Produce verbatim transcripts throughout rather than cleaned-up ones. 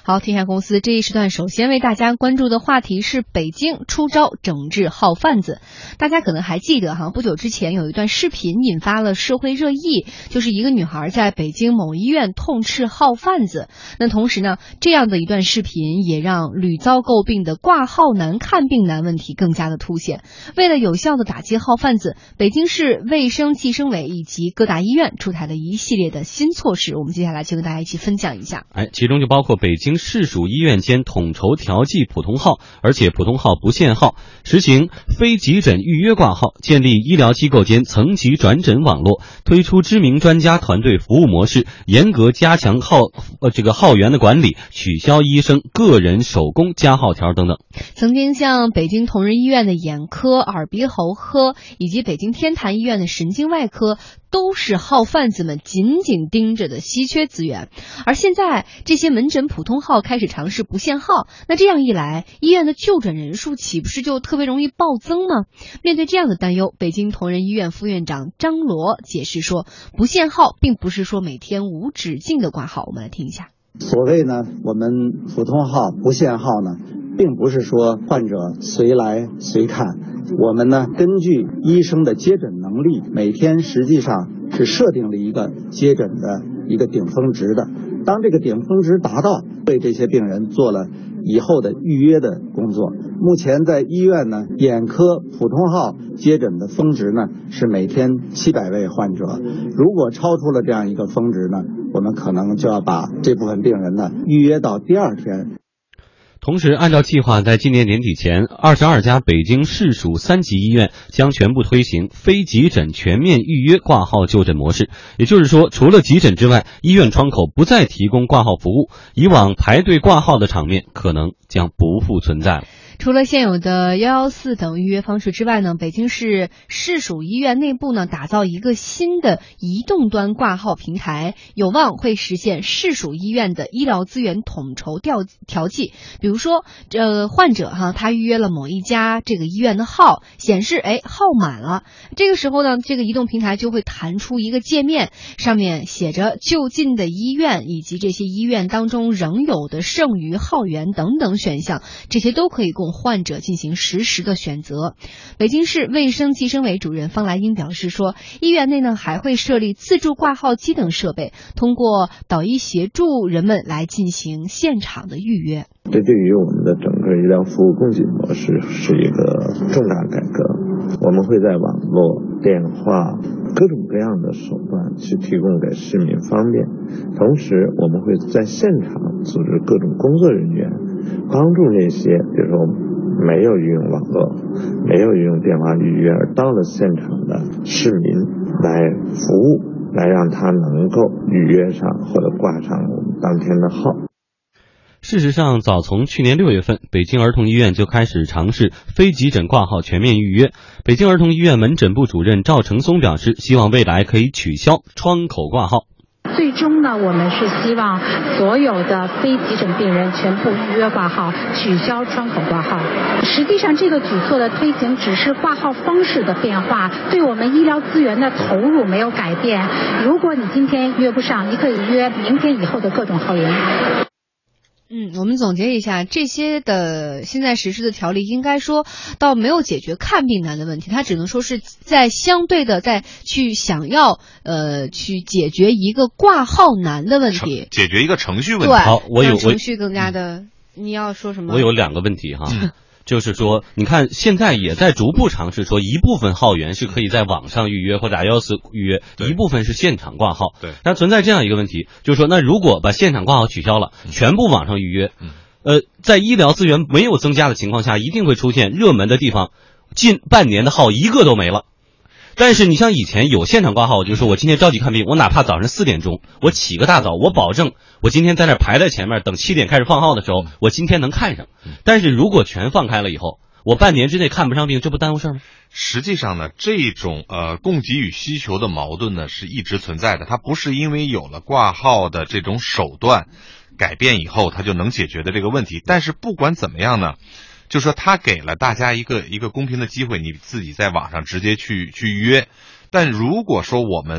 好，天下公司这一时段首先为大家关注的话题是北京出招整治号贩子。大家可能还记得哈，不久之前有一段视频引发了社会热议，就是一个女孩在北京某医院痛斥号贩子。那同时呢，这样的一段视频也让屡遭诟病的挂号难、看病难问题更加的凸显。为了有效的打击号贩子，北京市卫生计生委以及各大医院出台了一系列的新措施，我们接下来就跟大家一起分享一下。 哎，其中就包括北京市属医院间统筹调剂普通号，而且普通号不限号，实行非急诊预约挂号，建立医疗机构间层级转诊网络，推出知名专家团队服务模式，严格加强号呃这个号源的管理，取消医生个人手工加号条等等。 曾经像北京同仁医院的眼科、耳鼻喉科，以及北京天坛医院的神经外科，都是号贩子们紧紧盯着的稀缺资源。而现在这些门诊普通号开始尝试不限号，那这样一来，医院的就诊人数岂不是就特别容易暴增吗？面对这样的担忧，北京同仁医院副院长张罗解释说，不限号并不是说每天无止境的挂号。我们来听一下。 所谓呢，我们普通号不限号呢，并不是说患者随来随看，我们呢根据医生的接诊能力，每天实际上是设定了一个接诊的一个顶峰值的。当这个顶峰值达到，为这些病人做了以后的预约的工作。目前在医院呢，眼科普通号接诊的峰值呢是每天七百位患者，如果超出了这样一个峰值呢，我们可能就要把这部分病人呢预约到第二天。 同时，按照计划，在今年年底前，二十二家北京市属三级医院将全部推行非急诊全面预约挂号就诊模式。也就是说，除了急诊之外，医院窗口不再提供挂号服务，以往排队挂号的场面可能将不复存在了。 除了现有的一一四等预约方式之外呢，北京市市属医院内部呢打造一个新的移动端挂号平台，有望会实现市属医院的医疗资源统筹调调剂。比如说，呃，患者哈他预约了某一家这个医院的号，显示哎号满了，这个时候呢，这个移动平台就会弹出一个界面，上面写着就近的医院以及这些医院当中仍有的剩余号源等等选项，这些都可以供患者进行实时的选择。北京市卫生计生委主任方来英表示说，医院内呢还会设立自助挂号机等设备，通过导医协助人们来进行现场的预约。 这对于我们的整个医疗服务供给模式是一个重大改革。我们会在网络、电话各种各样的手段去提供给市民方便，同时我们会在现场组织各种工作人员，帮助那些比如说没有运用网络、没有运用电话预约而到了现场的市民来服务，来让他能够预约上或者挂上我们当天的号。 事实上，早从去年六月份，北京儿童医院就开始尝试非急诊挂号全面预约。北京儿童医院门诊部主任赵成松表示，希望未来可以取消窗口挂号。 最终呢，我们是希望所有的非急诊病人全部预约挂号，取消窗口挂号。实际上，这个举措的推行只是挂号方式的变化，对我们医疗资源的投入没有改变。如果你今天约不上，你可以约明天以后的各种号源。 嗯，我们总结一下，这些的现在实施的条例应该说倒没有解决看病难的问题，它只能说是在相对的在去想要呃去解决一个挂号难的问题， 解决一个程序问题。 对， 好，我有程序更加的，你要说什么？ 我有两个问题哈。嗯就是说，你看现在也在逐步尝试说，一部分号源是可以在网上预约或者一一四预约，一部分是现场挂号。 对， 但存在这样一个问题，就是说，那如果把现场挂号取消了，全部网上预约， 嗯、 呃，在医疗资源没有增加的情况下，一定会出现热门的地方，近半年的号一个都没了。但是你像以前有现场挂号，我就说我今天着急看病，我哪怕早上四点钟，我起个大早，我保证我今天在那排在前面，等七点开始放号的时候，我今天能看上。但是如果全放开了以后，我半年之内看不上病，这不耽误事儿吗？ 实际上呢，这种呃供给与需求的矛盾呢是一直存在的，它不是因为有了挂号的这种手段改变以后它就能解决的这个问题。但是不管怎么样呢，就说他给了大家一个一个公平的机会，你自己在网上直接去去约。但如果说我们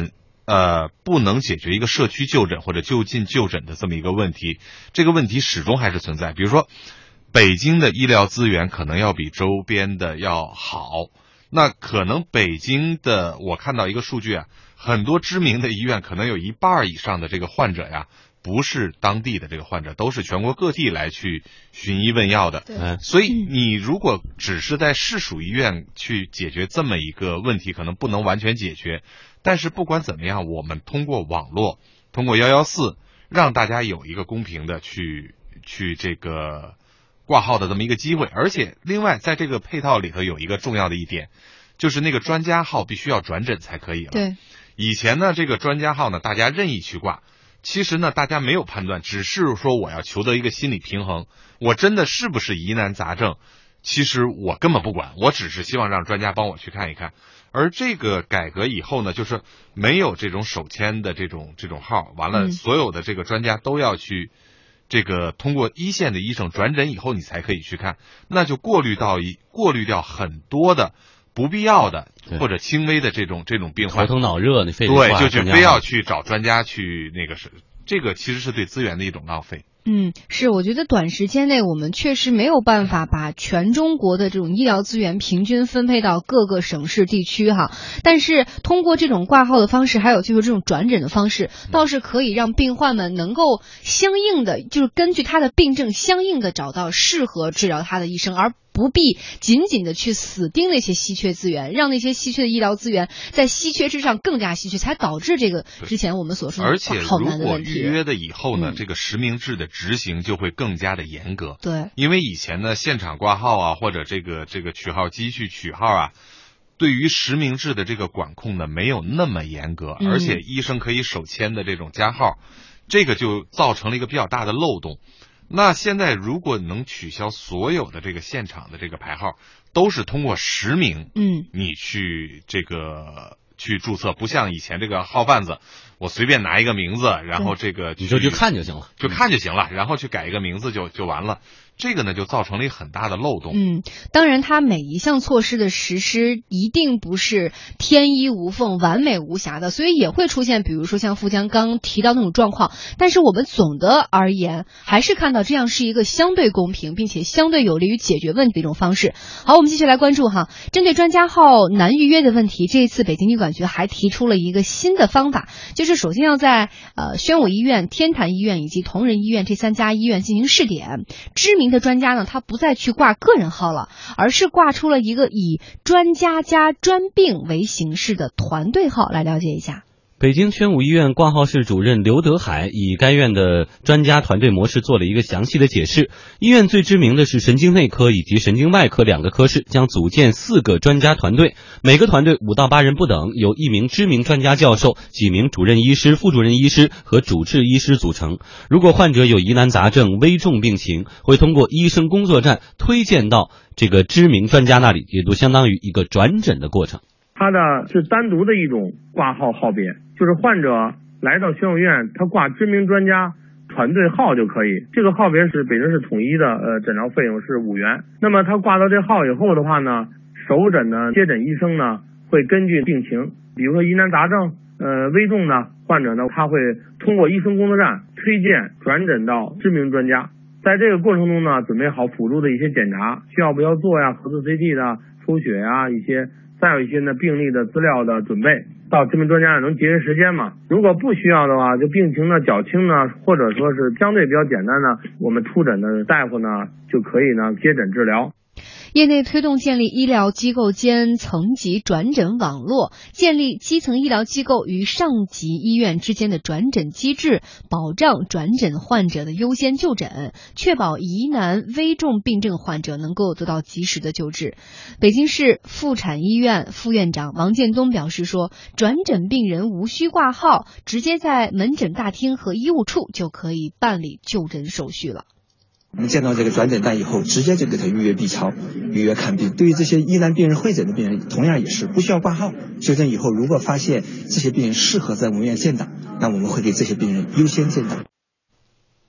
呃，不能解决一个社区就诊或者就近就诊的这么一个问题，这个问题始终还是存在。比如说，北京的医疗资源可能要比周边的要好，那可能北京的，我看到一个数据啊，很多知名的医院可能有一半以上的这个患者呀，不是当地的这个患者，都是全国各地来去寻医问药的。 对， 所以你如果只是在市属医院去解决这么一个问题，可能不能完全解决。但是不管怎么样，我们通过网络，通过一一四，让大家有一个公平的去去这个挂号的这么一个机会。而且另外在这个配套里头有一个重要的一点，就是那个专家号必须要转诊才可以了。 对， 以前呢这个专家号呢大家任意去挂，其实呢大家没有判断，只是说我要求得一个心理平衡，我真的是不是疑难杂症，其实我根本不管，我只是希望让专家帮我去看一看。而这个改革以后呢，就是没有这种手签的这种这种号，完了所有的这个专家都要去这个通过一线的医生转诊以后你才可以去看，那就过滤到一过滤掉很多的不必要的或者轻微的这种这种病患， 头疼脑热你非得对，就就非要去找专家去那个是，这个其实是对资源的一种浪费。 嗯，是，我觉得短时间内我们确实没有办法把全中国的这种医疗资源平均分配到各个省市地区哈，但是通过这种挂号的方式，还有就是这种转诊的方式，倒是可以让病患们能够相应的，就是根据他的病症相应的找到适合治疗他的医生，而不必紧紧的去死盯那些稀缺资源，让那些稀缺的医疗资源在稀缺之上更加稀缺，才导致这个之前我们所说的好难的问题。 而且如果预约的以后呢、嗯、这个实名制的执行就会更加的严格。 对， 因为以前呢现场挂号啊，或者这个这个取号机去取号啊，对于实名制的这个管控呢没有那么严格，而且医生可以手签的这种加号、嗯、这个就造成了一个比较大的漏洞。那现在如果能取消所有的这个现场的这个排号，都是通过实名， 嗯， 你去这个去注册，不像以前这个号贩子，我随便拿一个名字，然后这个你就去看就行了， 就看就行了，然后去改一个名字就就完了。这个呢就造成了一个很大的漏洞。 嗯，当然它每一项措施的实施一定不是天衣无缝完美无瑕的，所以也会出现比如说像富江刚提到那种状况，但是我们总的而言还是看到这样是一个相对公平并且相对有利于解决问题的一种方式。好，我们继续来关注哈，针对专家号难预约的问题，这一次北京医管局还提出了一个新的方法，就是首先要在呃宣武医院、天坛医院以及同仁医院这三家医院进行试点，知名的专家呢，他不再去挂个人号了，而是挂出了一个以专家加专病为形式的团队号。来了解一下。 北京宣武医院挂号室主任刘德海以该院的专家团队模式做了一个详细的解释。医院最知名的是神经内科以及神经外科两个科室，将组建四个专家团队，每个团队五到八人不等，由一名知名专家教授、几名主任医师、副主任医师和主治医师组成。如果患者有疑难杂症、危重病情，会通过医生工作站推荐到这个知名专家那里，也就相当于一个转诊的过程。 它的是单独的一种挂号号别，就是患者来到宣武医院，他挂知名专家团队号就可以。这个号别是北京市统一的，呃，诊疗费用是五元。那么他挂到这号以后的话呢，首诊的接诊医生呢会根据病情，比如说疑难杂症，呃，危重的患者呢，他会通过医生工作站推荐转诊到知名专家。在这个过程中呢，准备好辅助的一些检查，需要不要做呀，核磁 C T 的抽血呀，一些。再有一些呢病例的资料的准备，到知名专家能节约时间嘛。如果不需要的话，就病情呢较轻呢，或者说是相对比较简单呢，我们出诊的大夫呢就可以呢接诊治疗。 业内推动建立医疗机构间层级转诊网络，建立基层医疗机构与上级医院之间的转诊机制，保障转诊患者的优先就诊，确保疑难危重病症患者能够得到及时的救治。北京市妇产医院副院长王建东表示说，转诊病人无需挂号，直接在门诊大厅和医务处就可以办理就诊手续了。 我们见到这个转诊单以后，直接就给他预约 B 超、预约看病。对于这些疑难病人会诊的病人，同样也是不需要挂号。就诊以后，如果发现这些病人适合在我们院见到，那我们会给这些病人优先见到。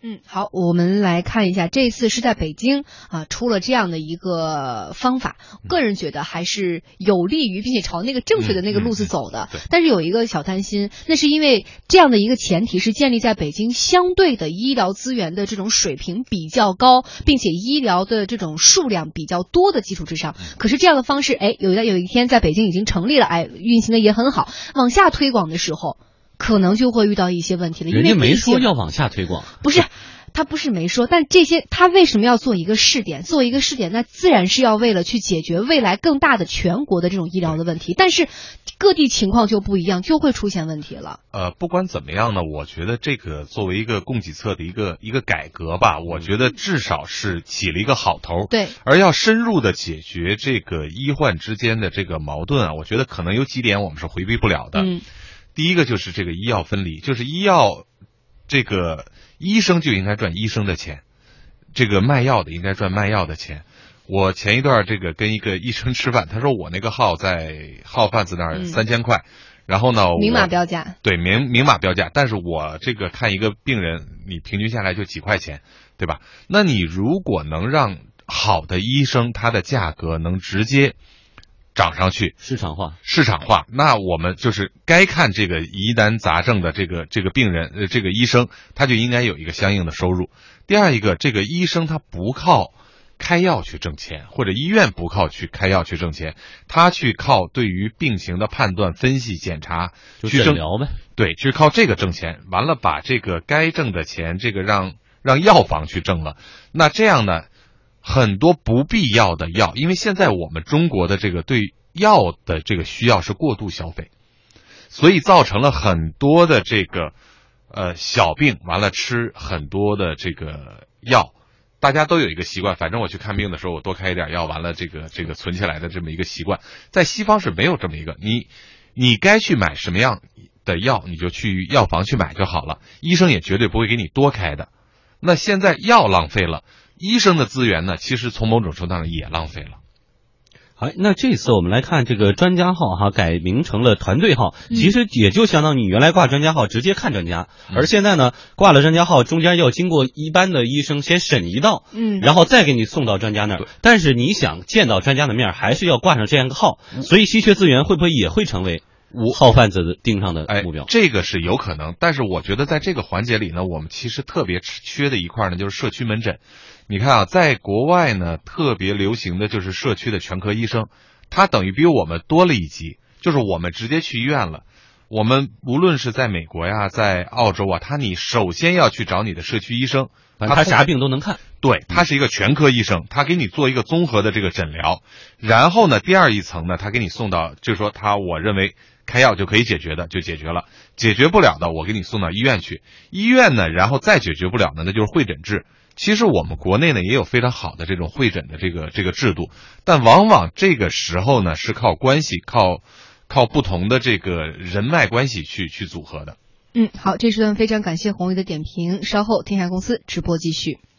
嗯，好，我们来看一下，这次是在北京啊出了这样的一个方法，个人觉得还是有利于并且朝那个正确的那个路子走的。 嗯嗯、 但是有一个小担心，那是因为这样的一个前提是建立在北京相对的医疗资源的这种水平比较高，并且医疗的这种数量比较多的基础之上。可是这样的方式，哎，有的有一天在北京已经成立了，哎，运行的也很好，往下推广的时候，可能就会遇到一些问题了。 人家没说要往下推广， 不是。他不是没说，但这些他为什么要做一个试点？做一个试点，那自然是要为了去解决未来更大的全国的这种医疗的问题。但是各地情况就不一样，就会出现问题了。 呃，不管怎么样呢，我觉得这个作为一个供给侧的一个一个改革吧，我觉得至少是起了一个好头。 对， 而要深入的解决这个医患之间的这个矛盾啊，我觉得可能有几点我们是回避不了的。 嗯， 第一个就是这个医药分离，就是医药这个。医生就应该赚医生的钱，这个卖药的应该赚卖药的钱。我前一段这个跟一个医生吃饭，他说我那个号在号贩子那儿三千块，然后呢明码标价， 对明明码标价，但是我这个看一个病人，你平均下来就几块钱，对吧？那你如果能让好的医生他的价格能直接涨上去， 市场化， 市场化，那我们就是该看这个疑难杂症的这个这个病人，呃，这个医生他就应该有一个相应的收入。第二一个，这个医生他不靠开药去挣钱，或者医院不靠去开药去挣钱，他去靠对于病情的判断、分析、检查去诊疗呗， 对，去靠这个挣钱。完了，把这个该挣的钱，这个让让药房去挣了，那这样呢？很多不必要的药，因为现在我们中国的这个对药的这个需要是过度消费，所以造成了很多的这个呃小病，完了吃很多的这个药。大家都有一个习惯，反正我去看病的时候，我多开一点药，完了这个这个存起来的这么一个习惯，在西方是没有这么一个，你你该去买什么样的药，你就去药房去买就好了，医生也绝对不会给你多开的。那现在药浪费了。医生的资源呢，其实从某种程度上也浪费了。 好，那这次我们来看这个专家号哈，改名成了团队号，其实也就相当于你原来挂专家号直接看专家， 嗯、 而现在呢，挂了专家号，中间要经过一般的医生先审一道， 嗯， 然后再给你送到专家那儿。但是你想见到专家的面，还是要挂上这样一个号，所以稀缺资源会不会也会成为号贩子盯上的目标？ 哎，这个是有可能，但是我觉得在这个环节里呢，我们其实特别缺的一块呢，就是社区门诊。你看啊，在国外呢，特别流行的就是社区的全科医生，他等于比我们多了一级，就是我们直接去医院了。我们无论是在美国呀，在澳洲啊，他你首先要去找你的社区医生， 他啥病都能看。 对，他是一个全科医生，他给你做一个综合的这个诊疗，然后呢，第二一层呢，他给你送到，就是说他我认为开药就可以解决的就解决了，解决不了的我给你送到医院去，医院呢，然后再解决不了的那就是会诊制。其实我们国内呢也有非常好的这种会诊的这个这个制度，但往往这个时候呢是靠关系，靠靠不同的这个人脉关系去去组合的。 嗯，好，这时段非常感谢红宇的点评，稍后天下公司直播继续。